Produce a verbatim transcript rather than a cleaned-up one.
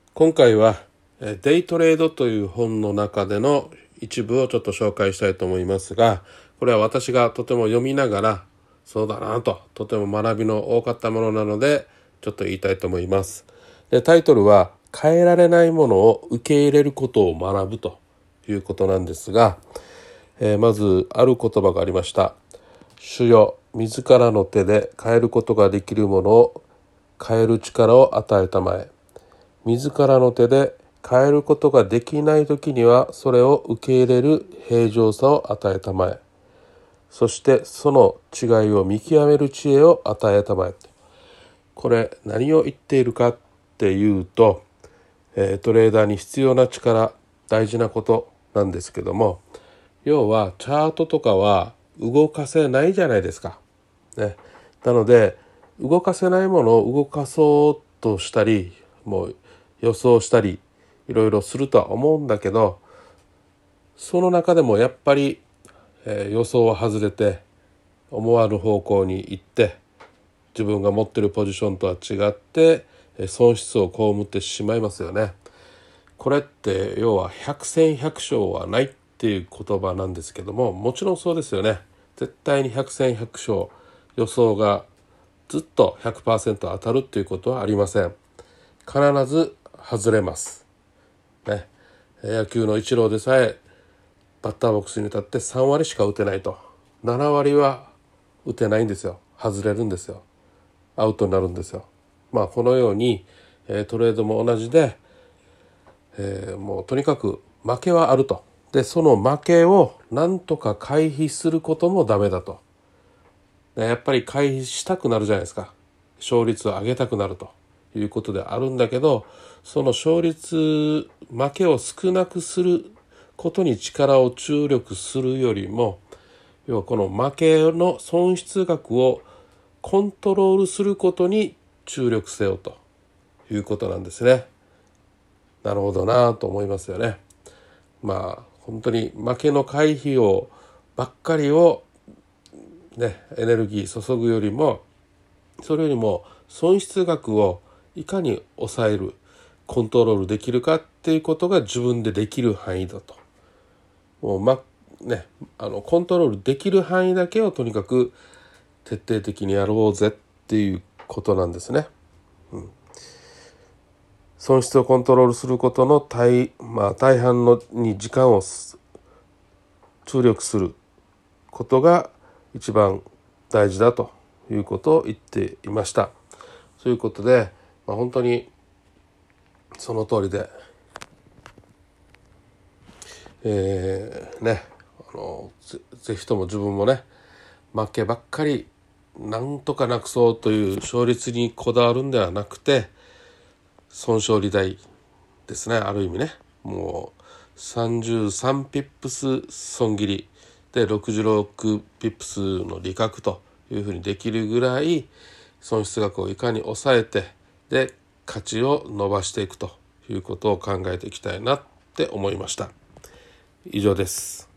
今回はデイトレードという本の中での一部をちょっと紹介したいと思いますが、これは私がとても読みながらそうだなととても学びの多かったものなのでちょっと言いたいと思います。でタイトルは変えられないものを受け入れることを学ぶということなんですが、えー、まずある言葉がありました。主よ、自らの手で変えることができるものを変える力を与えたまえ。自らの手で変えることができないときにはそれを受け入れる平常さを与えたまえ。そしてその違いを見極める知恵を与えたまえ。これ何を言っているかっていうと、えー、トレーダーに必要な力、大事なことなんですけども、要はチャートとかは動かせないじゃないですか。ね、なので動かせないものを動かそうとしたり、もう予想したりいろいろするとは思うんだけど、その中でもやっぱり、えー、予想は外れて思わぬ方向に行って自分が持ってるポジションとは違って損失を被ってしまいますよね。これって要は百戦百勝はないっていう言葉なんですけども、もちろんそうですよね。絶対に百戦百勝、予想がずっと ひゃくパーセント 当たるっていうことはありません。必ず外れます、ね、野球のイチローでさえバッターボックスに立ってさんわりしか打てないと、ななわりは打てないんですよ。外れるんですよ。アウトになるんですよ。まあこのように、えー、トレードも同じで、えー、もうとにかく負けはあると。でその負けをなんとか回避することもダメだと。やっぱり回避したくなるじゃないですか。勝率を上げたくなるということであるんだけど、その勝率負けを少なくすることに力を注力するよりも、要はこの負けの損失額をコントロールすることに注力せよということなんですね。なるほどなと思いますよね。まあ本当に負けの回避をばっかりをね、エネルギー注ぐよりも、それよりも損失額をいかに抑える、コントロールできるかっていうことが自分でできる範囲だと。もうまね、あのコントロールできる範囲だけをとにかく徹底的にやろうぜっていうことなんですね。うん、損失をコントロールすることの 大,、まあ、大半のに時間を注力することが一番大事だということを言っていました。ということで、まあ、本当にその通りで、えー、ね、あの ぜ, ぜひとも自分もね、負けばっかりなんとかなくそうという勝率にこだわるんではなくて、損傷利大ですね。ある意味ね、もうさんじゅうさんピップス損切りでろくじゅうろくピップスの利確というふうにできるぐらい損失額をいかに抑えて、で価値を伸ばしていくということを考えていきたいなって思いました。以上です。